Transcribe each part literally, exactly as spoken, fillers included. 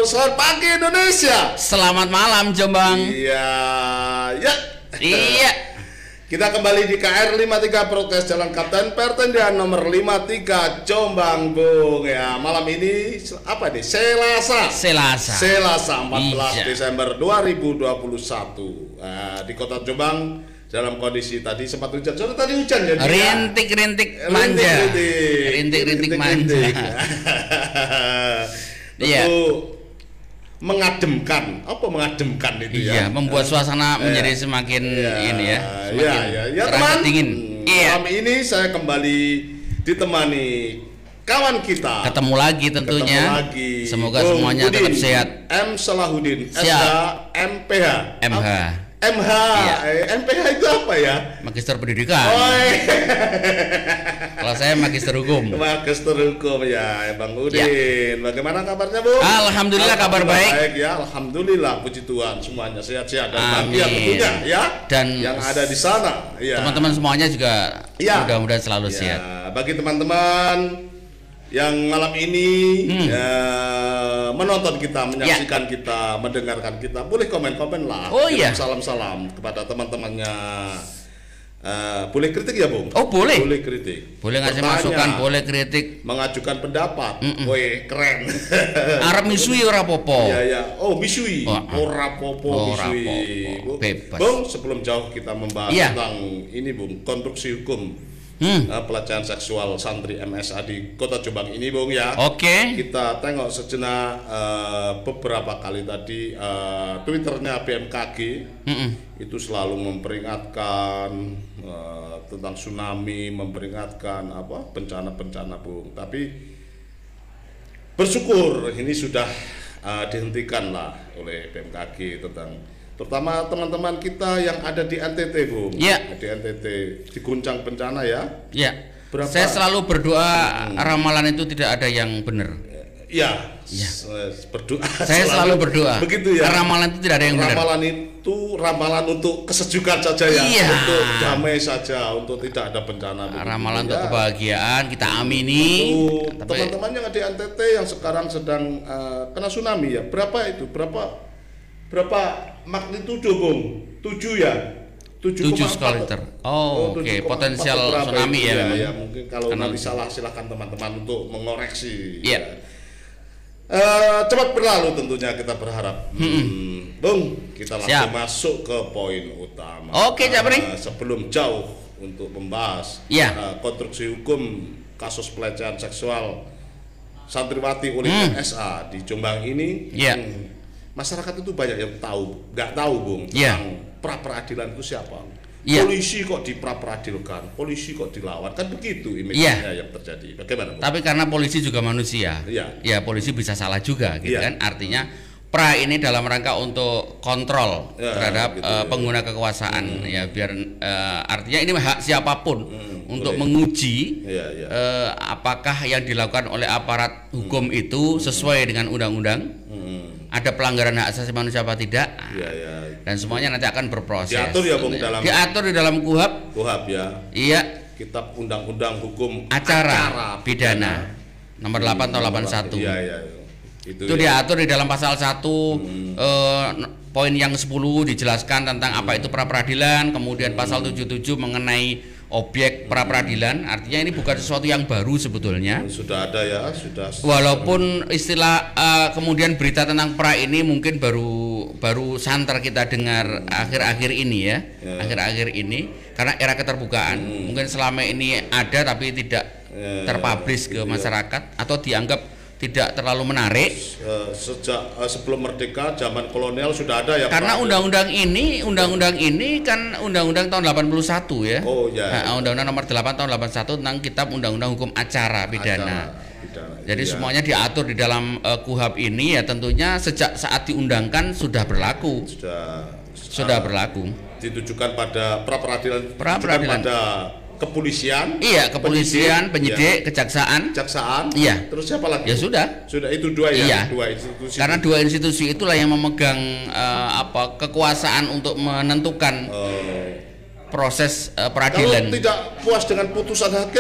selamat pagi Indonesia. Selamat malam Jombang. Iya, ya. Iya. Kita kembali di K R lima puluh tiga Prokes Jalan Kapten Pertendian nomor lima puluh tiga Jombang, Bung. Ya, malam ini apa nih? Selasa. Selasa. Selasa empat belas Iya. Desember dua ribu dua puluh satu. Nah, di Kota Jombang dalam kondisi tadi sempat hujan. Sore tadi hujan ya. Rintik-rintik manja. Rintik-rintik manja. Iya. Tentu mengademkan. Apa mengademkan itu ya? Iya, membuat suasana menjadi semakin ya, ini ya. Semakin ya, ya, ya, terasa teman. dingin. Iya. Malam ini saya kembali ditemani kawan kita. Ketemu lagi tentunya. Ketemu lagi. Semoga Bung semuanya Udin, tetap sehat. M Salahuddin, S H Siap. M P H. M H. M H. Iya. Eh, M P H itu apa ya? Magister Pendidikan. Oh, iya. Kalau saya Magister Hukum. Magister Hukum ya, Bang Udin. Ya. Bagaimana kabarnya, Bu? Alhamdulillah kabar baik. Baik ya, alhamdulillah, puji Tuhan semuanya sehat-sehat dan Amin. bahagia tentunya ya. Dan yang ada di sana, ya. Teman-teman semuanya juga Ya. mudah-mudahan selalu Ya, sehat. bagi teman-teman yang malam ini Hmm. ya, menonton kita, menyaksikan kita, mendengarkan kita, boleh komen-komen lah. Oh, Kirim iya. salam-salam kepada teman-temannya. Eh, boleh kritik ya, Bung? Oh, boleh. Boleh kritik. Boleh ngasih Bertanya, masukan, boleh kritik. mengajukan pendapat. Mm-mm. Woi, keren. Arab misui ora popo. Ya ya. Oh, bisui. Oh, ah. Ora popo Ora bisui. popo. Bu- Bebas. Bung, sebelum jauh kita membahas Iya. tentang ini, Bung, konstruksi hukum Hmm. eh, pelecehan seksual santri M S A di Kota Jombang ini, Bung ya. Oke. Kita tengok sejenak eh, beberapa kali tadi eh, Twitternya B M K G Mm-mm. itu selalu memperingatkan eh, tentang tsunami, memperingatkan apa bencana-bencana, Bung. Tapi bersyukur ini sudah uh, dihentikan lah oleh B M K G tentang terutama teman-teman kita yang ada di N T T, Bung. Iya. Di N T T diguncang bencana ya. Ya. Berapa- Saya selalu berdoa ramalan itu tidak ada yang benar. Iya. Iya. s- Berdoa. Saya selalu berdoa. Begitu ya. Ramalan itu tidak ada yang benar. Ramalan itu ramalan untuk kesejukan saja ya, Iya. untuk damai saja, untuk tidak ada bencana. begitu Ramalan untuk ya. kebahagiaan kita amini. Untuk Tapi teman-teman yang ada di N T T yang sekarang sedang uh, kena tsunami ya, berapa itu? Berapa berapa magnitudo, Bung? tujuh ya? tujuh tujuh skala Richter. Oh, oke. tujuh koma empat Potensial berapa tsunami itu ya memang. ya, mungkin kalau Karena- nanti salah silahkan teman-teman untuk mengoreksi. Iya. Ya. Eh, cepat berlalu tentunya kita berharap. Hmm, Bung, kita langsung Siap. masuk ke poin utama. Oke, Cak Pring. Eh, sebelum jauh untuk membahas Iya. eh, konstruksi hukum kasus pelecehan seksual santriwati oleh Hmm. M S A di Jombang ini, Iya. hmm, masyarakat itu banyak yang tahu, nggak tahu, Bung, Iya. tentang pra peradilan itu siapa. Iya. Polisi kok dipra-peradilkan, polisi kok dilawan, kan begitu Iya. image-nya yang terjadi. Bagaimana, Bung? Tapi karena polisi juga manusia. Iya. Ya, polisi bisa salah juga gitu Iya. kan. Artinya pra ini dalam rangka untuk kontrol Ya, terhadap gitu, eh, ya. pengguna kekuasaan ya biar eh, artinya ini hak siapapun Hmm, untuk boleh. menguji Iya, iya. eh, apakah yang dilakukan oleh aparat hukum itu sesuai dengan undang-undang, Hmm, ada pelanggaran hak asasi manusia apa tidak, iya, iya. dan semuanya nanti akan berproses. Diatur ya, Bung, dalam- diatur di dalam kuhap, Kuhab ya, iya, Kitab Undang-Undang Hukum acara, pidana nomor delapan tahun delapan puluh satu. Iya, iya. Itu, Itu ya. diatur di dalam pasal satu eh, n- poin yang sepuluh dijelaskan tentang apa itu pra peradilan, kemudian pasal tujuh puluh tujuh mengenai objek pra peradilan. Artinya ini bukan sesuatu yang baru sebetulnya. Sudah ada ya, sudah. Walaupun istilah eh, kemudian berita tentang pra ini mungkin baru baru santer kita dengar akhir-akhir ini ya, Ya. akhir-akhir ini karena era keterbukaan. Mungkin selama ini ada tapi tidak Ya, terpublish ke gitu ya. masyarakat atau dianggap tidak terlalu menarik. Eh, sejak eh, sebelum merdeka, zaman kolonial sudah ada ya. Karena Pak? undang-undang ini, undang-undang ini kan undang-undang tahun delapan puluh satu ya. Oh, ya. Nah, undang-undang nomor delapan tahun delapan puluh satu tentang Kitab Undang-Undang Hukum Acara Pidana. Acara pidana. Jadi Iya. semuanya diatur di dalam uh, kuhab ini ya tentunya sejak saat diundangkan sudah berlaku. sudah Sudah berlaku. ditujukan pada pra peradilan, ditujukan Pra-peradilan. pada kepolisian, Iya, kepolisian, penyidik, kejaksaan. kejaksaan. Iya. Terus siapa lagi? Ya sudah. Sudah itu dua ya, Iya. dua institusi. Karena dua institusi itulah yang memegang uh, apa kekuasaan untuk menentukan Eh, proses uh, kalau peradilan. tidak puas dengan putusan hakim itu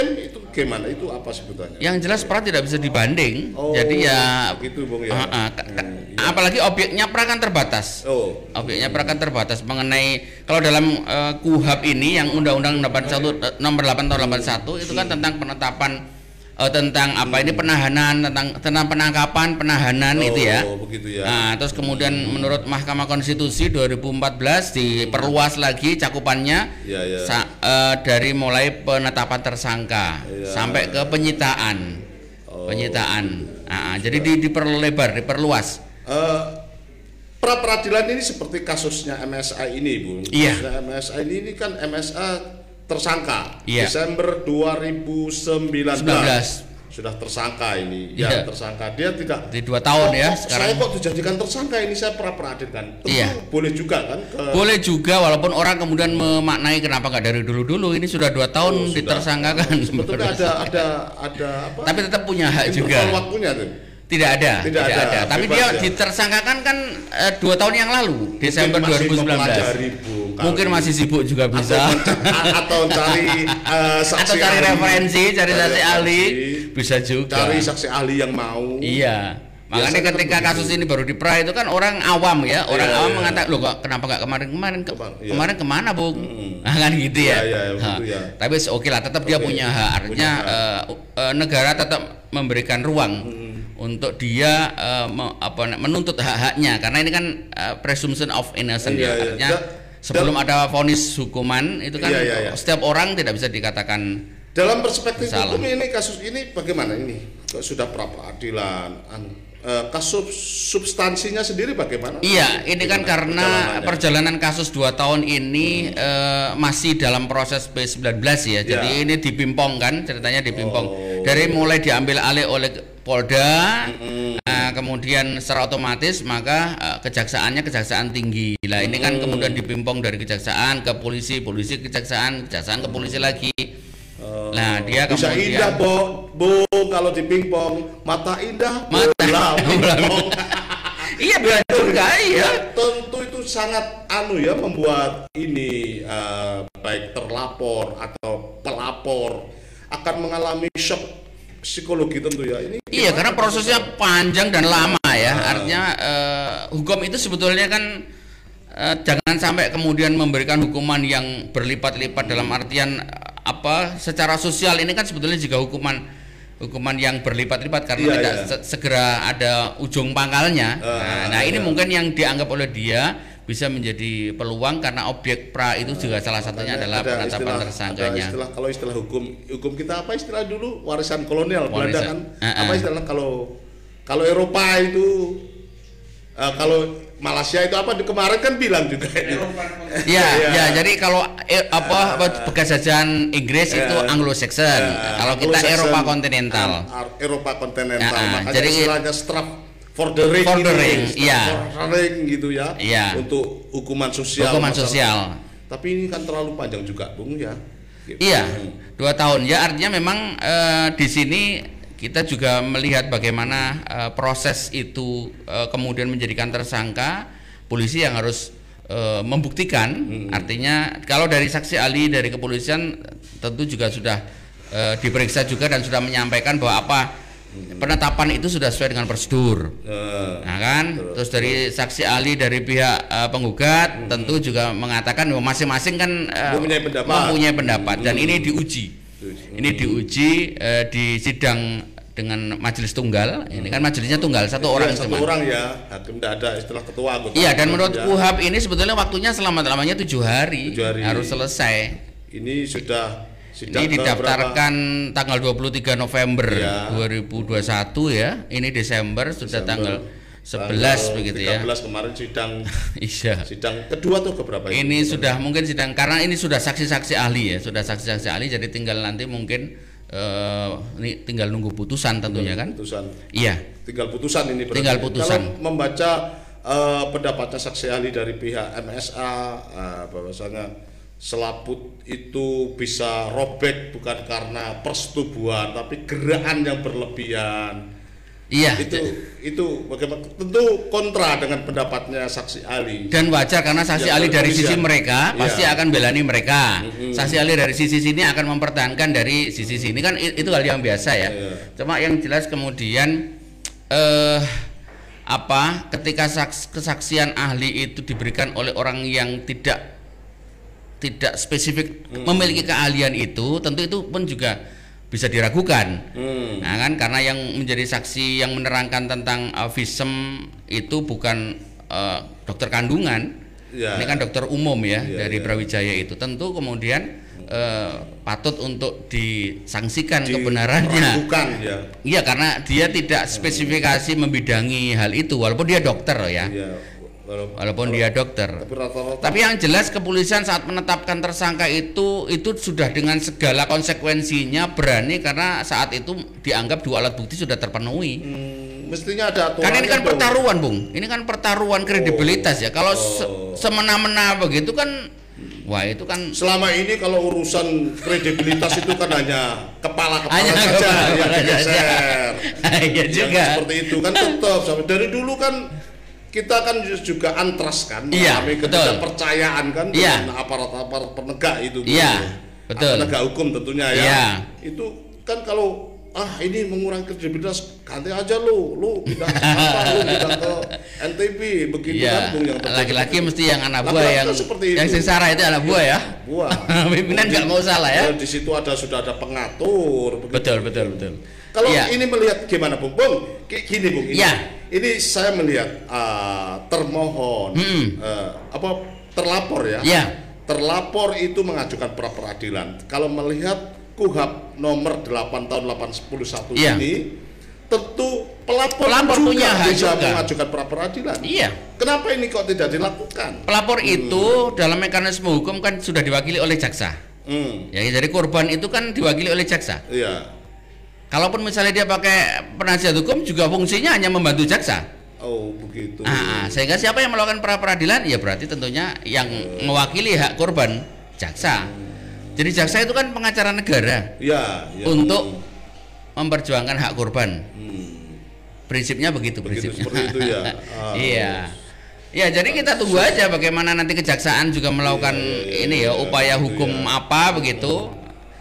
gimana? Itu apa sebutannya? Yang jelas pra tidak bisa dibanding. Oh, jadi ya begitu Bung ya. Uh, uh, hmm, iya. Apalagi objeknya pra kan terbatas. Oh. Objeknya pra kan terbatas mengenai kalau dalam uh, Kuhap ini yang Undang-Undang delapan puluh satu nomor delapan tahun delapan puluh satu itu kan tentang penetapan uh, tentang apa ini penahanan, tentang tentang penangkapan, penahanan oh, itu ya. Begitu ya. Nah, terus kemudian hmm. menurut Mahkamah Konstitusi dua ribu empat belas diperluas lagi cakupannya ya, ya. Sa, uh, dari mulai penetapan tersangka ya. Sampai ke penyitaan. Oh. Penyitaan. Nah, jadi di, diperlebar, diperluas. Uh, pra peradilan ini seperti kasusnya M S A ini, Bung. Iya. Kasusnya M S A ini, ini kan M S A tersangka iya. Desember dua ribu sembilan belas sudah tersangka ini iya. ya tersangka dia tidak di dua tahun kok, ya kok, sekarang saya kok dijadikan tersangka ini saya pra peradilan tentu iya. boleh juga kan ke... boleh juga walaupun orang kemudian memaknai kenapa nggak dari dulu-dulu ini sudah dua tahun oh, ditersangkakan sebetulnya ada ada ada apa tapi tetap punya hak juga waktunya tuh tidak ada, tidak, tidak ada. ada. Tapi dia ya. ditersangkakan kan uh, dua tahun yang lalu, Desember dua ribu sembilan belas. Bung, mungkin masih sibuk juga bisa. Atau, atau cari uh, saksi atau cari ahli. referensi, cari saksi ahli, bisa juga. Cari saksi ahli yang mau. Iya. Makanya Biasa ketika kasus begitu. Ini baru di pra itu kan orang awam ya, orang iya, awam iya. mengatakan loh kok kenapa nggak kemarin-kemarin ke, iya. kemarin kemana Bung? Hmm. Nah, kan gitu ya. Iya, iya, nah, ya. Tapi oke okay lah, tetap okay. dia punya hak. Artinya punya hak. Uh, uh, negara tetap memberikan ruang. Hmm. Untuk dia uh, me, apa, menuntut hak-haknya karena ini kan uh, presumption of innocence iya, ya artinya iya. sebelum da ada vonis hukuman itu kan iya, iya, iya. setiap orang tidak bisa dikatakan dalam perspektif salah. Hukum ini kasus ini bagaimana ini sudah pra peradilan uh, kasus substansinya sendiri bagaimana? Iya ini kan karena perjalanan kasus dua tahun ini hmm. uh, masih dalam proses P sembilan belas ya jadi yeah. ini dipimpong kan ceritanya dipimpong oh. dari mulai diambil alih oleh Polda, mm-hmm. nah, kemudian secara otomatis maka uh, kejaksaannya kejaksaan tinggi. Lah ini kan mm. kemudian dipimpong dari kejaksaan ke polisi, polisi kejaksaan, kejaksaan ke polisi lagi. Uh, nah dia bisa kemudian indah bo, bo kalau dipingpong mata indah, mata pingpong. Iya benar juga iya. Ya, tentu itu sangat anu ya membuat ini uh, baik terlapor atau pelapor akan mengalami shock psikologi tentu ya ini iya karena prosesnya panjang dan lama ya nah. artinya uh, hukum itu sebetulnya kan uh, jangan sampai kemudian memberikan hukuman yang berlipat-lipat dalam artian uh, apa secara sosial ini kan sebetulnya juga hukuman hukuman yang berlipat-lipat karena iya, tidak iya. Se segera ada ujung pangkalnya uh, nah, nah iya. ini mungkin yang dianggap oleh dia bisa menjadi peluang karena objek pra itu juga salah satunya adalah penetapan tersangkanya. Istilah kalau istilah hukum hukum kita apa istilah dulu warisan kolonial Belanda kan uh -uh. apa istilah kalau kalau Eropa itu uh, kalau Malaysia itu apa kemarin kan bilang juga itu. Iya ya jadi kalau eh, apa uh, bekas jajahan Inggris uh, itu Anglo-Saxon uh, kalau kita Eropa kontinental. Uh, Eropa kontinental uh, uh, makanya jadi istilahnya straf for the ring, for the ring gitu, iya. for the ring gitu ya, iya. untuk hukuman sosial. Hukuman sosial. Tapi ini kan terlalu panjang juga, Bung ya. Gitu. Iya, dua tahun ya artinya memang uh, di sini kita juga melihat bagaimana uh, proses itu uh, kemudian menjadikan tersangka polisi yang harus uh, membuktikan. Hmm. Artinya kalau dari saksi ahli dari kepolisian tentu juga sudah uh, diperiksa juga dan sudah menyampaikan bahwa apa penetapan itu sudah sesuai dengan prosedur, uh, nah kan, terus, terus dari saksi ahli dari pihak uh, penggugat, hmm. tentu juga mengatakan bahwa masing-masing kan uh, mempunyai pendapat, mempunyai pendapat hmm. dan ini diuji, hmm. ini diuji uh, di sidang dengan majelis tunggal, hmm. ini kan majelisnya tunggal satu ya, orang satu cuma. orang ya, hakim tidak ada istilah ketua anggota. Iya dan menurut Kuhap ini sebetulnya waktunya selama-lamanya tujuh hari, tujuh hari harus selesai. Ini sudah Ini didaftarkan berapa? Tanggal dua puluh tiga November ya. dua ribu dua puluh satu ya. Ini Desember sudah Desember, tanggal sebelas tanggal begitu ya. tiga belas kemarin sidang. Iya. Sidang kedua tuh keberapa ini? Ini sudah mungkin sidang karena ini sudah saksi-saksi ahli ya, sudah saksi-saksi ahli jadi tinggal nanti mungkin uh, ini tinggal nunggu putusan tentunya kan. Putusan. Iya. Tinggal putusan ini berarti. Tinggal putusan. Kalau membaca uh, pendapatnya saksi ahli dari pihak M S A uh, bahwasanya selaput itu bisa robek bukan karena persetubuhan tapi gerakan yang berlebihan Iya. Itu itu bagaimana? Tentu kontra dengan pendapatnya saksi ahli. Dan wajar karena saksi ya, ahli dari sisi mereka ya. pasti akan belani mereka. Mm-hmm. Saksi ahli dari sisi sini akan mempertahankan dari sisi sini, kan itu hal yang biasa ya. ya. Cuma yang jelas kemudian eh apa ketika saks, kesaksian ahli itu diberikan oleh orang yang tidak tidak spesifik mm-hmm. memiliki keahlian itu, tentu itu pun juga bisa diragukan, hmm. nah kan karena yang menjadi saksi yang menerangkan tentang uh, visum itu bukan uh, dokter kandungan, ya. Ini kan dokter umum ya, ya dari ya. Brawijaya itu, tentu kemudian uh, patut untuk disangsikan kebenarannya, ya. Iya karena dia tidak spesifikasi membidangi hal itu, walaupun dia dokter ya. Ya. Walaupun dia dokter, tapi, rata-rata. Tapi yang jelas kepolisian saat menetapkan tersangka itu itu sudah dengan segala konsekuensinya berani karena saat itu dianggap dua alat bukti sudah terpenuhi. Hmm, mestinya ada aturan. Karena ini kan pertaruhan, Bung. Ini kan pertaruhan kredibilitas oh. ya. Kalau oh. se semena-mena begitu kan, wah itu kan. Selama ini kalau urusan kredibilitas itu kan hanya kepala-kepala saja kepala yang digeser. Iya juga. Seperti itu kan tetap sampai dari dulu kan. Kita kan juga antras kan, iya, mengalami ketidakpercayaan kan iya. dengan aparat-aparat penegak itu, iya, betul. Penegak hukum tentunya ya. Iya. Itu kan kalau ah ini mengurangi kredibilitas, ganti aja lu, lu pindah ke apa, lu pindah ke N T B, begitu iya. kan Bung yang laki-laki mesti yang anak buah yang yang sengsara itu anak buah ya. Buah. Pimpinan nggak mau salah ya. Di situ ada sudah ada pengatur. Betul, betul, betul. Kalau ya. ini melihat gimana Bung? Bung, gini Bung. Ini, ya. ini saya melihat uh, termohon, hmm. uh, apa terlapor ya. ya. Terlapor itu mengajukan pra peradilan. Kalau melihat Kuhap nomor delapan tahun delapan sepuluh satu ya. ini, tentu pelapor, pelapor juga punya bisa juga. mengajukan pra peradilan. Iya. Kenapa ini kok tidak dilakukan? Pelapor hmm. itu dalam mekanisme hukum kan sudah diwakili oleh jaksa. Hmm. Ya, jadi korban itu kan diwakili oleh jaksa. Iya. Kalaupun misalnya dia pakai penasihat hukum juga fungsinya hanya membantu jaksa. Oh begitu. Nah, sehingga siapa yang melakukan pra peradilan ya berarti tentunya yang uh. mewakili hak korban jaksa. Hmm. Jadi jaksa itu kan pengacara negara. Ya. ya. Untuk hmm. memperjuangkan hak korban. Hmm. Prinsipnya begitu, begitu prinsipnya. Seperti itu ya. Ah, iya. Ya jadi kita tunggu aja bagaimana nanti kejaksaan juga melakukan ya, ya, ini ya, ya upaya ya, hukum ya. apa begitu.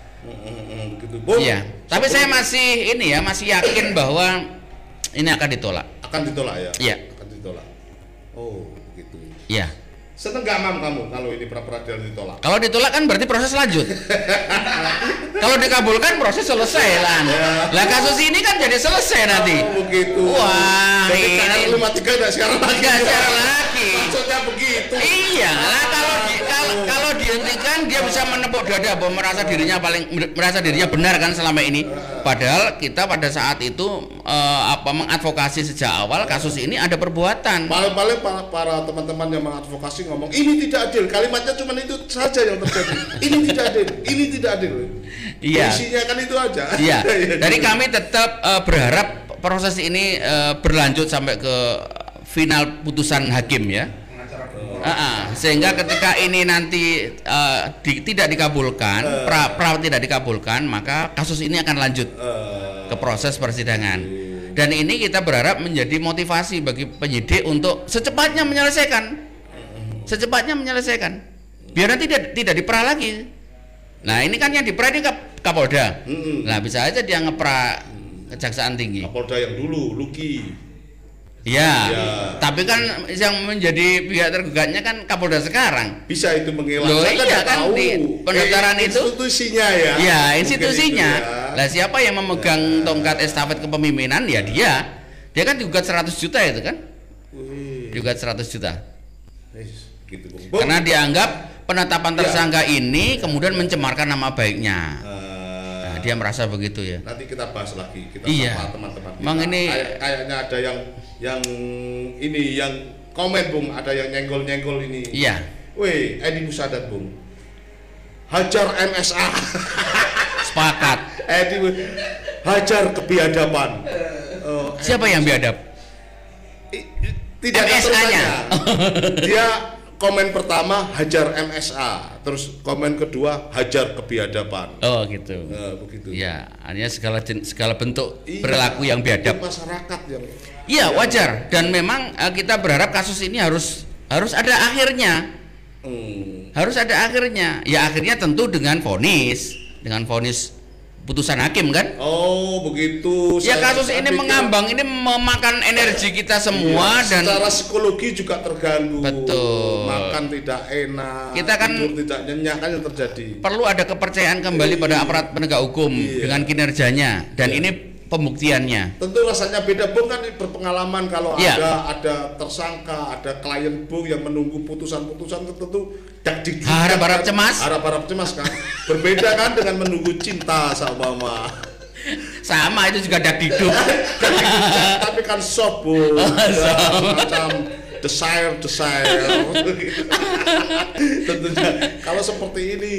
Iya. Tapi saya masih ini ya masih yakin bahwa ini akan ditolak. Akan ditolak ya. Iya. Akan ditolak. Oh begitu. Iya. Seneng gak mam kamu kalau ini pra peradilan ditolak? Kalau ditolak kan berarti proses lanjut. Kalau dikabulkan proses selesai lah. Ya. Lah kasus ini kan jadi selesai nanti. Oh begitu. Wah. Jadi ini lu mati kan gak sekarang lagi. Gak sekarang lagi. Maksudnya begitu. Iya. Lah kalau di, kalau kalau dihentikan dia bisa menepuk dada bahwa merasa dirinya paling merasa dirinya benar kan selama ini. Padahal kita pada saat itu uh, apa mengadvokasi sejak awal kasus ini ada perbuatan. Paling-paling para, para teman-teman yang mengadvokasi ngomong ini tidak adil, kalimatnya cuma itu saja yang terjadi. Ini tidak adil, ini tidak adil. Iya. Isinya kan itu aja. Iya. Jadi kami tetap uh, berharap proses ini uh, berlanjut sampai ke final putusan hakim ya. Uh, uh, sehingga ketika ini nanti uh, di, tidak dikabulkan, uh, pra, pra tidak dikabulkan, maka kasus ini akan lanjut uh, ke proses persidangan. Uh, Dan ini kita berharap menjadi motivasi bagi penyidik untuk secepatnya menyelesaikan, secepatnya menyelesaikan, biar nanti tidak tidak dipera lagi. Nah ini kan yang dipera ini Kap, Kapolda. Uh, nah bisa aja dia ngepera Kejaksaan Tinggi. Kapolda yang dulu, Luki. Ya, ya, tapi kan yang menjadi pihak tergugatnya kan Kapolda sekarang. Bisa itu mengelak. Loh, iya kan di pendaftaran eh, itu institusinya ya. Ya, institusinya. Ya. Lah siapa yang memegang ya. tongkat estafet kepemimpinan ya dia. Dia kan digugat seratus juta itu kan? Wih. Digugat seratus juta. Yes, gitu, Bung. Karena dianggap penetapan tersangka ya. ini kemudian mencemarkan nama baiknya. Uh. Dia merasa begitu ya. Nanti kita bahas lagi, kita iya. sama teman-teman kita. Mang ini Kay kayaknya ada yang yang ini yang komen Bung, ada yang nyenggol-nyenggol ini. Iya. Weh, Edi Musadat Bung. Hajar M S A. Sepakat. Edi hajar kebiadaban. Uh, Siapa yang biadab? I, tidak M S A-nya. Dia komen pertama hajar M S A, terus komen kedua hajar kebiadaban. Oh gitu. Nah, begitu. Ya, artinya segala segala bentuk iya, perilaku yang biadab. Masyarakat yang. Iya wajar. Dan memang uh, kita berharap kasus ini harus harus ada akhirnya. Hmm. Harus ada akhirnya. Ya akhirnya tentu dengan vonis, dengan vonis putusan hakim kan? Oh begitu. Ya kasus ini mengambang, ini memakan energi kita semua iya, dan secara psikologi juga terganggu. Betul. Makan tidak enak. Kita kan tidur tidak nyenyak kan yang terjadi. Perlu ada kepercayaan kembali iya. pada aparat penegak hukum iya. dengan kinerjanya dan iya. ini pembuktiannya. Tentu rasanya beda, Bung, kan berpengalaman kalau ya. ada ada tersangka, ada klien Bung yang menunggu putusan-putusan tentu dak-dik harap-harap cemas. Harap-harap cemas kan. Berbeda kan dengan menunggu cinta sama sama itu juga dak-diduk. Tapi kan soft, Bung. Oh, ya, macam desire desire. Tentunya kalau seperti ini,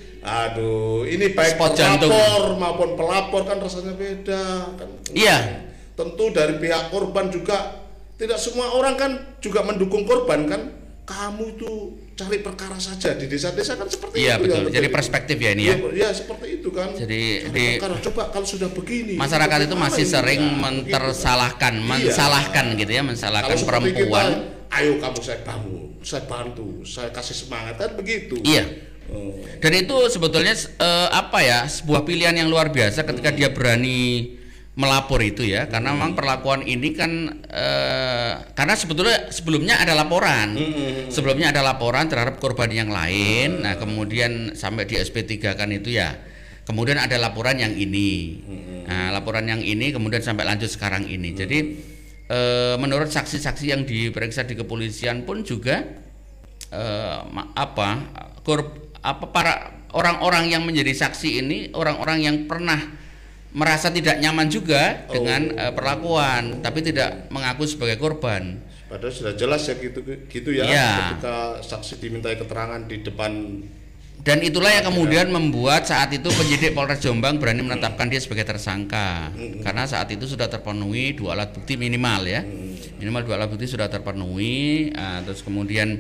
aduh, ini baik pelapor maupun pelapor kan rasanya beda kan. Iya. Tentu dari pihak korban juga tidak semua orang kan juga mendukung korban kan. Kamu itu cari perkara saja di desa-desa kan seperti iya, itu. Iya betul. Jadi perspektif ya ini ya. Iya seperti itu kan. Jadi cari di perkara. Coba kalau sudah begini. Masyarakat itu masih sering ya, mentersalahkan, iya. mensalahkan gitu ya, mensalahkan kalau perempuan. Kita, ayo kamu saya bangun, saya bantu, saya kasih semangat kan begitu. Iya. Oh. Dan itu sebetulnya eh, apa ya, sebuah pilihan yang luar biasa ketika hmm. dia berani melapor itu ya, karena hmm. memang perlakuan ini kan eh, karena sebetulnya sebelumnya ada laporan, hmm. sebelumnya ada laporan terhadap korban yang lain, hmm. nah kemudian sampai di S P tiga kan itu ya, kemudian ada laporan yang ini, hmm. nah laporan yang ini kemudian sampai lanjut sekarang ini, hmm. jadi eh, menurut saksi-saksi yang diperiksa di kepolisian pun juga eh, apa korban apa para orang-orang yang menjadi saksi ini orang-orang yang pernah merasa tidak nyaman juga oh. dengan uh, perlakuan, tapi tidak mengaku sebagai korban. Padahal sudah jelas ya gitu gitu ya, ya. Ketika saksi dimintai keterangan di depan. Dan itulah yang kemudian membuat saat itu penyidik Polres Jombang berani menetapkan dia sebagai tersangka, hmm. karena saat itu sudah terpenuhi dua alat bukti minimal ya, hmm. minimal dua alat bukti sudah terpenuhi, uh, terus kemudian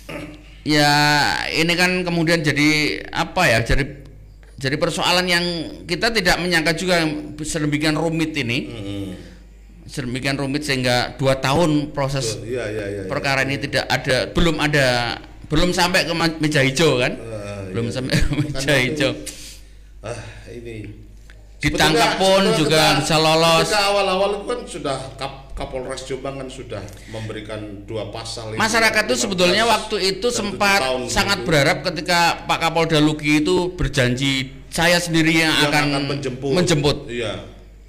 ya ini kan kemudian jadi apa ya, jadi jadi persoalan yang kita tidak menyangka juga sedemikian rumit ini, mm-hmm. sedemikian rumit sehingga dua tahun proses oh, iya, iya, iya, perkara iya, iya. ini tidak ada, belum ada, belum sampai ke meja hijau kan, uh, belum iya, sampai iya. ke meja hijau. Ah ini ditangkap pun juga bisa lolos. Ketika awal-awal itu kan sudah Kap, Kapolres Jombang kan sudah memberikan dua pasal. Masyarakat itu sebetulnya waktu itu sempat sangat itu. berharap ketika Pak Kapolda Luki itu berjanji saya sendiri yang, yang akan, akan menjemput. menjemput. Iya.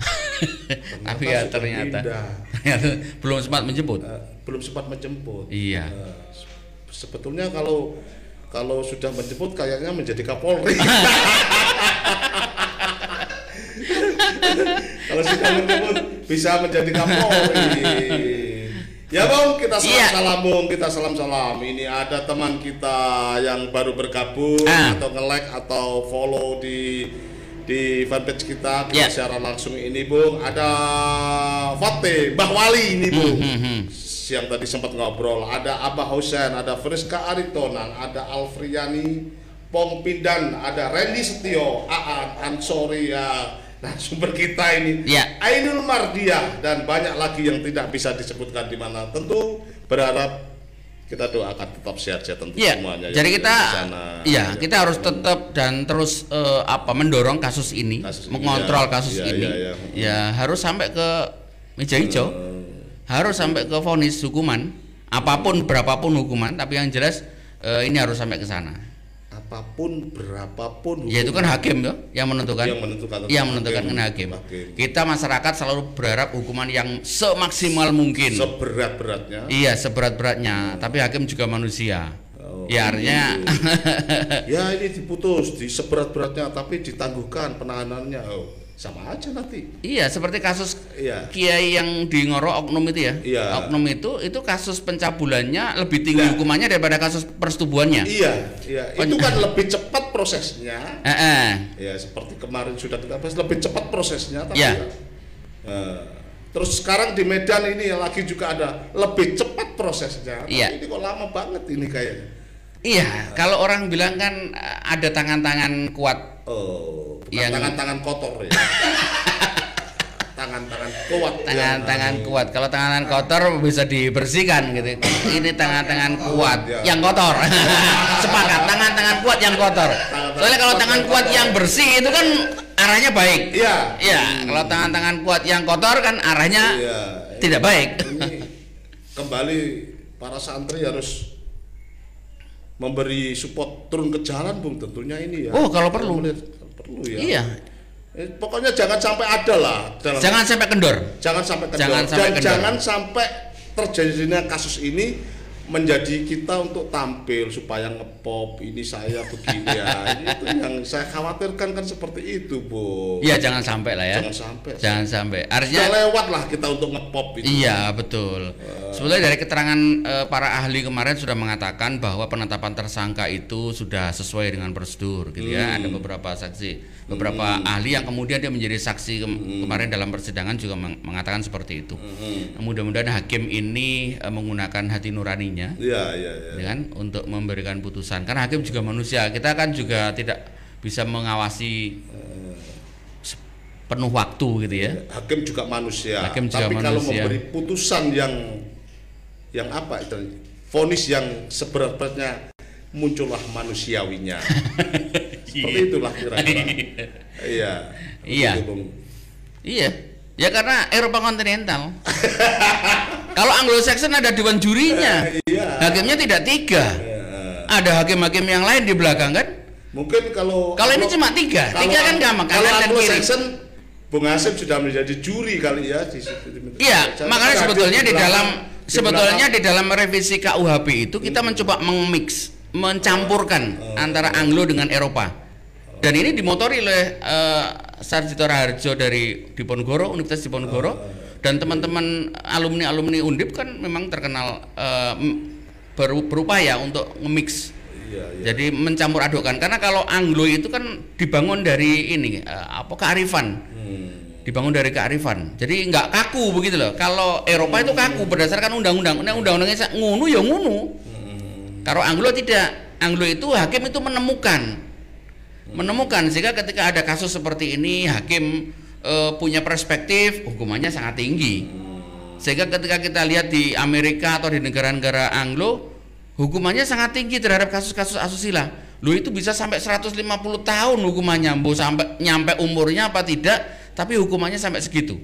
Tapi ya ternyata, ternyata belum sempat menjemput. Uh, belum sempat menjemput. Iya. Uh, sebetulnya kalau kalau sudah menjemput kayaknya menjadi Kapolri. Kalau sudah menjemput bisa menjadi Kapolri. Ya Bung, kita salam-salam Bung, kita salam-salam. Ini ada teman kita yang baru bergabung ah. atau nge-like atau follow di di fanpage kita, kita yeah. siaran langsung ini Bung. Ada Fatih, Mbah Wali ini Bung. Hmm, hmm, hmm. Siang tadi sempat ngobrol. Ada Abah Husain, ada Friska Aritonang, ada Alfriani Pong Pindan, ada Randy Setio, Aan Ansori ya. Nah, sumber kita ini ya. Ainul Mardiah dan banyak lagi yang tidak bisa disebutkan di mana. Tentu berharap kita doakan tetap sehat-sehat tentu ya. semuanya. Jadi kita sana, ya, ya kita harus tetap dan terus uh, apa mendorong kasus ini, kasus mengontrol ya. kasus ya, ini. Ya, ya. ya harus sampai ke meja hijau. Hmm. Harus sampai ke vonis hukuman, apapun berapapun hukuman, tapi yang jelas uh, ini harus sampai ke sana. Apapun berapapun hukuman. Ya itu kan hakim ya yang menentukan. Yang menentukan. Yang menentukan kan hakim. hakim. Kita masyarakat selalu berharap hukuman yang semaksimal mungkin. Seberat-beratnya. Iya, seberat-beratnya. Hmm. Tapi hakim juga manusia. Oh, ya artinya ya ini diputus di seberat-beratnya tapi ditangguhkan penahanannya. Oh, sama aja nanti. Iya, seperti kasus iya. Kiai yang di Ngoro oknum itu ya. Iya. Oknum itu itu kasus pencabulannya lebih tinggi nah. hukumannya daripada kasus persetubuhannya. Iya, iya. Itu kan lebih cepat prosesnya. Heeh. Ya, seperti kemarin sudah kita bahas lebih cepat prosesnya tapi ya. uh, terus sekarang di Medan ini lagi juga ada lebih cepat prosesnya. Iya. Ini kok lama banget ini kayaknya. Iya, kalau orang bilang kan ada tangan-tangan kuat. Oh, bukan yang tangan-tangan kotor ya. Tangan-tangan kuat. Tangan-tangan ya. kuat. Kalau tangan kotor bisa dibersihkan gitu. Ini tangan-tangan kuat ya. yang kotor. Sepakat, tangan-tangan kuat yang kotor. Soalnya kalau tangan kuat yang bersih itu kan arahnya baik. Iya. Iya, hmm. kalau tangan-tangan kuat yang kotor kan arahnya ya. tidak baik. Ini kembali para santri harus memberi support turun ke jalan, Bung, tentunya ini ya. Oh, kalau perlu. Perlu ya. Iya. Eh, pokoknya jangan sampai ada lah. Dalam, jangan sampai kendor. Jangan sampai kendor. Jangan sampai, Dan kendor. jangan sampai terjadinya kasus ini menjadi kita untuk tampil supaya ngepop ini saya begini ya. Itu yang saya khawatirkan kan seperti itu, Bu. Iya, jangan sampai lah ya. Jangan sampai. Jangan sampai. Artinya sudah lewat lah kita untuk ngepop itu. Iya, betul. Uh, Sebenarnya dari keterangan uh, para ahli kemarin sudah mengatakan bahwa penetapan tersangka itu sudah sesuai dengan prosedur gitu hmm. ya. Ada beberapa saksi, beberapa hmm. ahli yang kemudian dia menjadi saksi ke hmm. kemarin dalam persidangan juga meng mengatakan seperti itu. Hmm. Mudah-mudahan hakim ini uh, menggunakan hati nuraninya. Iya, iya, iya. Kan untuk memberikan putusan. Karena hakim juga manusia. Kita kan juga tidak bisa mengawasi uh, penuh waktu gitu ya. Hakim juga manusia. Hakim juga Tapi manusia. kalau memberi putusan yang yang apa itu? Vonis yang seberat-beratnya, muncullah manusiawinya. Seperti itulah kira-kira. Iya. Iya. Iya. Ya karena Eropa kontinental. Kalau Anglo-Saxon ada dewan jurinya. Iya. Hakimnya tidak tiga. Iya. Ada hakim-hakim yang lain di belakang kan? Mungkin kalau Kalau ini cuma tiga. Tiga kan gampang. Kalau kanan dan kiri. Anglo-Saxon, Bung Hasim sudah menjadi juri kali ya di situ. Iya, makanya sebetulnya di, di dalam di sebetulnya belakang. di dalam revisi K U H P itu kita hmm. mencoba meng-mix, mencampurkan oh. antara Anglo dengan Eropa. Dan ini dimotori oleh uh, Sarjito Raharjo dari Diponegoro, Universitas Diponegoro, oh. dan teman-teman alumni-alumni Undip kan memang terkenal uh, ber berupaya untuk nge-mix. Iya, iya. Jadi mencampur adukkan, karena kalau Anglo itu kan dibangun dari ini uh, apa kearifan. Dibangun dari kearifan, jadi nggak kaku begitu loh. Kalau Eropa itu kaku berdasarkan undang-undang, undang-undangnya ngunu ya ngunu. Kalau Anglo tidak, Anglo itu hakim itu menemukan, menemukan sehingga ketika ada kasus seperti ini hakim e, punya perspektif, hukumannya sangat tinggi. Sehingga ketika kita lihat di Amerika atau di negara-negara Anglo, hukumannya sangat tinggi terhadap kasus-kasus asusila. Lo itu bisa sampai seratus lima puluh tahun hukumannya, mau sampai nyampe umurnya apa tidak. Tapi hukumannya sampai segitu.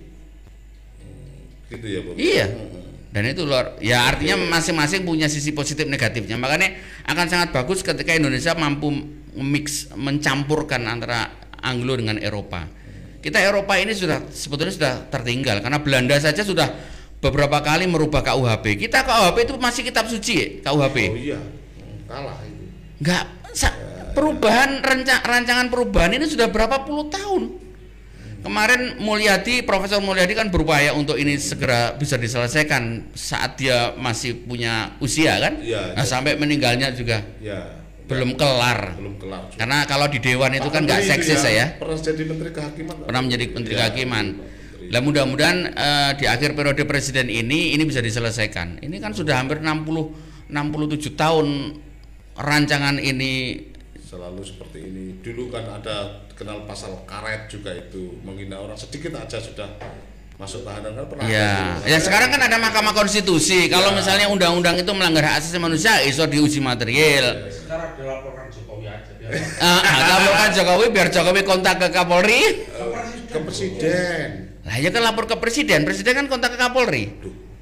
Gitu ya, Bung. Iya. Dan itu luar. Ya artinya masing-masing punya sisi positif negatifnya. Makanya akan sangat bagus ketika Indonesia mampu mix, mencampurkan antara Anglo dengan Eropa. Kita Eropa ini sudah sebetulnya sudah tertinggal karena Belanda saja sudah beberapa kali merubah K U H P. Kita K U H P itu masih kitab suci ya, K U H P. Oh iya. Kalah itu. Enggak, perubahan ranca, rancangan perubahan ini sudah berapa puluh tahun. Kemarin Mulyadi, Profesor Mulyadi kan berupaya untuk ini segera bisa diselesaikan saat dia masih punya usia kan, ya, nah, ya. Sampai meninggalnya juga ya, belum kelar. Belum kelar. Juga. Karena kalau di Dewan itu Pak kan nggak seksis ya, saya. Pernah jadi Menteri Kehakiman. Pernah menjadi Menteri ya, Kehakiman. Nah mudah-mudahan uh, di akhir periode Presiden ini ini bisa diselesaikan. Ini kan sudah hampir enam puluh, enam puluh tujuh tahun rancangan ini. Selalu seperti ini. Dulu kan ada kenal pasal karet juga itu, menghina orang sedikit aja sudah masuk tahanan kan pernah. Ya, ya sekarang kan ada Mahkamah Konstitusi. Ya. Kalau misalnya undang-undang itu melanggar hak asasi manusia, iso diuji material. Ya. Sekarang dilaporkan Jokowi aja. Biar. Uh, laporkan Jokowi biar Jokowi kontak ke Kapolri. Uh, ke Presiden. Lah ya kan lapor ke Presiden. Presiden kan kontak ke Kapolri.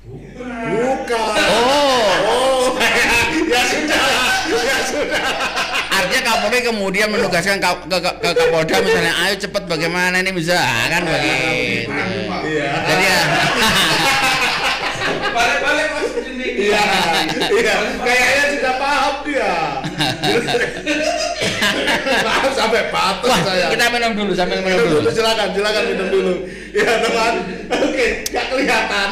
Bukan. Oh. Oh. Ya sudah. Ya sudah. Artinya Kapolri kemudian menugaskan ke, ke, ke, ke Kapolda misalnya, ayo cepat bagaimana ini bisa kan begitu. Iya. Jadi ya. Balik-balik Mas ini. Iya. Iya. Kayaknya sudah paham dia. Maaf sampai patut saya. Kita minum dulu sambil minum dulu. dulu. Silakan, silakan minum dulu. Iya teman. Oke, nggak kelihatan.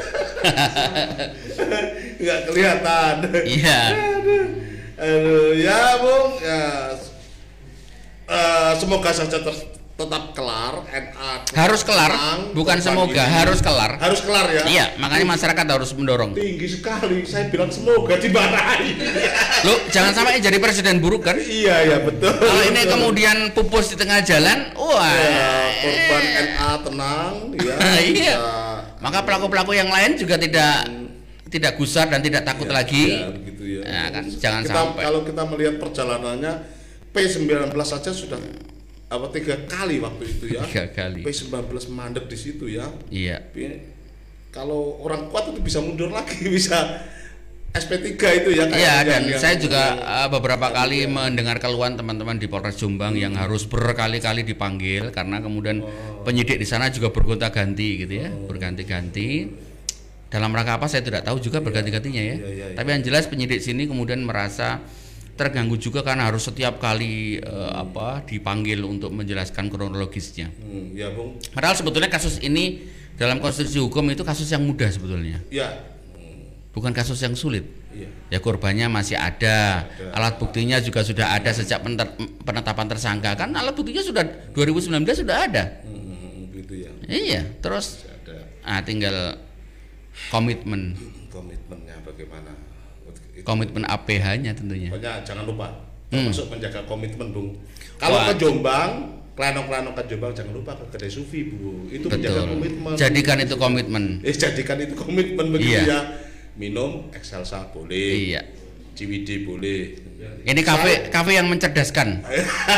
Nggak kelihatan. Iya. Aduh, ya Bung, ya uh, semoga saja ter tetap kelar, N A harus kelar, tenang, bukan semoga, ini. harus kelar. Harus kelar ya. Iya, makanya masyarakat harus mendorong. Tinggi sekali, saya bilang semoga dimarahi. Loh, jangan sampai jadi presiden buruk kan? Iya ya betul. Kalau ini kemudian pupus di tengah jalan, wah. Ya, korban N A tenang, ya. Iya. Ya. Maka pelaku-pelaku yang lain juga tidak hmm. tidak gusar dan tidak takut ya, lagi. Ya, begitu ya. Nah, kan jangan kita, sampai. Kalau kita melihat perjalanannya P sembilan belas saja sudah apa tiga kali waktu itu ya. Tiga kali. P sembilan belas mandek di situ ya. Iya. Tapi, kalau orang kuat itu bisa mundur lagi, bisa S P tiga itu ya. Iya, dan yang, saya yang, juga yang, uh, beberapa kali ya. mendengar keluhan teman-teman di Polres Jombang hmm. yang harus berkali-kali dipanggil karena kemudian oh. penyidik di sana juga bergonta-ganti gitu ya, oh. berganti-ganti. Dalam rangka apa saya tidak tahu juga berganti-gantinya ya. Ya, ya, ya. Tapi yang jelas penyidik sini kemudian merasa terganggu juga karena harus setiap kali uh, apa dipanggil untuk menjelaskan kronologisnya. Hmm, ya, Bung. Padahal sebetulnya kasus ini dalam konstitusi hukum itu kasus yang mudah sebetulnya. Ya. Hmm. Bukan kasus yang sulit. Ya, ya korbannya masih ada. ada. Alat buktinya juga sudah ada sejak penetapan tersangka. Kan alat buktinya sudah dua ribu sembilan belas sudah ada. Hmm, gitu ya. Iya, terus ah tinggal komitmen. Komitmennya bagaimana? Komitmen A P H-nya tentunya. Pokoknya jangan lupa Hmm. termasuk menjaga komitmen, Bung. Kalau ke Jombang, klano-klano ke Jombang jangan lupa ke kedai sufi, Bu. Itu Betul. menjaga komitmen. Jadikan itu komitmen. Eh jadikan itu komitmen begitu Iya. ya. Minum Excelsa boleh. Iya. C W D boleh. Ini kafe kafe yang mencerdaskan.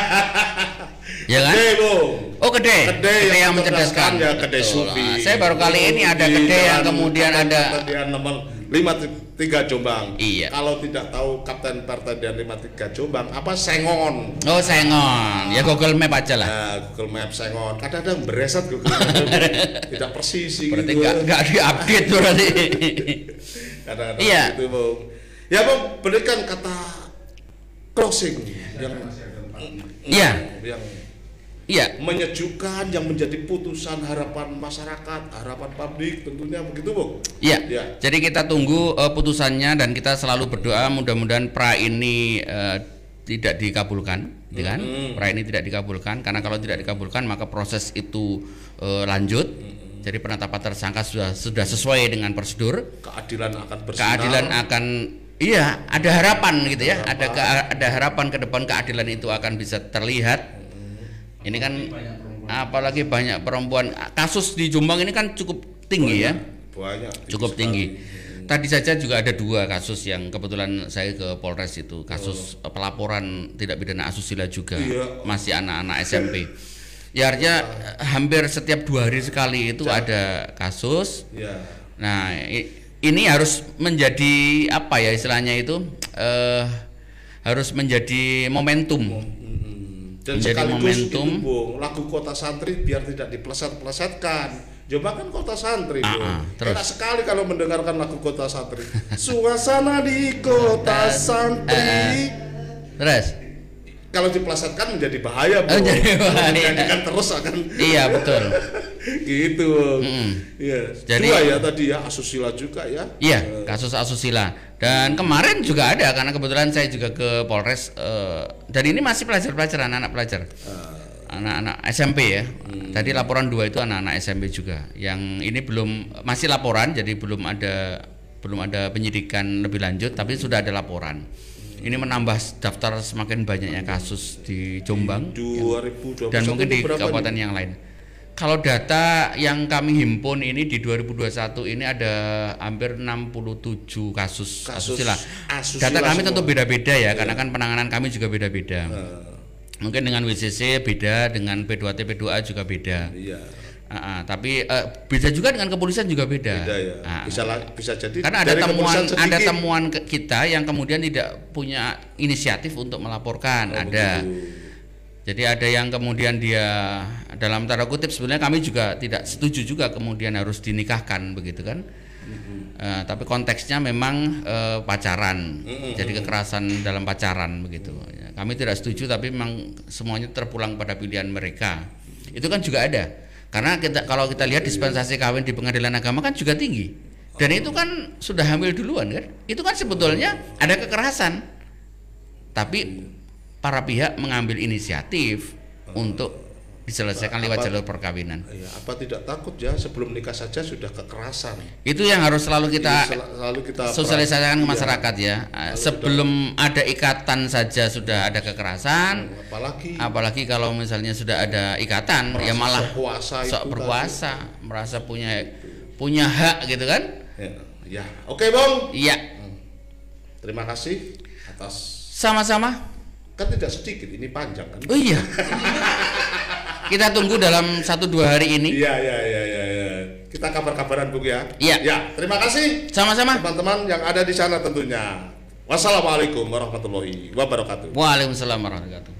Ya kan? Kedai, Bung. Oh, kedai. Kedai yang, yang mencerdaskan mencerdaskan ya, kedai Betul. sufi. Nah, saya baru kali ini ada kedai yang kemudian ada Pertanian nomor lima tiga Jombang. Iya. Kalau tidak tahu Kapten Pertanian lima tiga Jombang, apa Sengon? Oh, Sengon. Ya Google Map aja lah. Nah, Google Map Sengon. Kadang-kadang bereset Google Map. Tidak presisi Berarti gitu. nggak nggak diupdate berarti. Kadang-kadang Iya. gitu, Bung. Ya, Bung, berikan kata closing yang Iya. yang Iya. menyejukkan, yang menjadi putusan harapan masyarakat, harapan publik tentunya begitu, Bung. Iya. Ya. Jadi kita tunggu uh, putusannya dan kita selalu berdoa mudah-mudahan pra ini uh, tidak dikabulkan, gitu kan? Mm-hmm. Pra ini tidak dikabulkan karena kalau tidak dikabulkan maka proses itu uh, lanjut. Mm-hmm. Jadi penetapan tersangka sudah sudah sesuai dengan prosedur. Keadilan akan bersinar. Keadilan akan iya, ada harapan gitu ya. Harapan. Ada ke, ada harapan ke depan keadilan itu akan bisa terlihat. Ini kan apalagi banyak perempuan. Kasus di Jombang ini kan cukup tinggi banyak, ya. Banyak. Cukup tinggi. Hmm. Tadi saja juga ada dua kasus yang kebetulan saya ke Polres itu. Kasus oh. pelaporan tidak pidana asusila juga. Iya. Masih anak-anak S M P. Ya artinya hampir setiap dua hari sekali itu Jangan. ada kasus. Ya. Nah ini harus menjadi apa ya istilahnya itu uh, harus menjadi momentum. Dan menjadi sekaligus momentum. itu, Bung, lagu Kota Santri biar tidak dipeleset-pelesetkan. Jombang kan kota santri, Bung. Uh, uh, enak sekali kalau mendengarkan lagu Kota Santri. Suasana di Kota Santri. Uh, terus kalau dipelesetkan menjadi bahaya, Bung. Menjadi bahaya. Menjadikan terus akan. Iya betul. Gitu. Mm-hmm. Iya. Jadi dua ya tadi ya asusila juga ya. Iya, kasus asusila. Dan kemarin juga ada karena kebetulan saya juga ke Polres uh, dan ini masih pelajar-pelajar anak-anak pelajar. Uh. Anak-anak S M P ya. Hmm. Tadi laporan dua itu anak-anak S M P juga. Yang ini belum masih laporan jadi belum ada belum ada penyidikan lebih lanjut tapi sudah ada laporan. Ini menambah daftar semakin banyaknya kasus di Jombang dua ribu dua puluh satu dan mungkin di kabupaten ini? yang lain. Kalau data yang kami himpun ini di dua ribu dua puluh satu ini ada hampir enam puluh tujuh kasus, kasus asusila. asusila. Data kami semua. Tentu beda-beda ya, yeah. Karena kan penanganan kami juga beda-beda. Uh. Mungkin dengan W C C beda, dengan P dua T P dua A juga beda. Yeah. Uh, uh, tapi uh, beda juga dengan kepolisian juga beda. Beda ya. Uh, bisa bisa jadi. Karena ada temuan ada temuan kita yang kemudian tidak punya inisiatif untuk melaporkan. Oh, ada. Begitu. Jadi ada yang kemudian dia dalam tanda kutip sebenarnya kami juga tidak setuju juga kemudian harus dinikahkan begitu kan. Mm-hmm. Uh, tapi konteksnya memang uh, pacaran. Mm-hmm. Jadi kekerasan dalam pacaran begitu. Ya, kami tidak setuju tapi memang semuanya terpulang pada pilihan mereka. Itu kan juga ada. Karena kita kalau kita lihat dispensasi kawin di pengadilan agama kan juga tinggi. Dan itu kan sudah hamil duluan kan. Itu kan sebetulnya ada kekerasan. Tapi para pihak mengambil inisiatif uh. untuk diselesaikan apa, lewat apa, jalur perkawinan. Ya, apa tidak takut ya sebelum nikah saja sudah kekerasan. Itu yang harus selalu kita, ya, selalu kita sosialisasikan ke iya. masyarakat ya. Sebelum sudah, ada ikatan saja sudah ada kekerasan. Apalagi apalagi kalau misalnya sudah ada ikatan ya malah berkuasa sok berkuasa, merasa punya punya hak gitu kan? Ya, ya. Oke, Bang. Iya. Terima kasih atas. Sama-sama. Kan tidak sedikit, ini panjang kan? Oh iya. Kita tunggu dalam satu dua hari ini. Iya, iya, iya, iya. Ya. Kita kabar-kabaran, Bung ya. Iya. Ya, terima kasih. Sama-sama. Teman-teman yang ada di sana tentunya. Wassalamualaikum warahmatullahi wabarakatuh. Waalaikumsalam warahmatullahi wabarakatuh.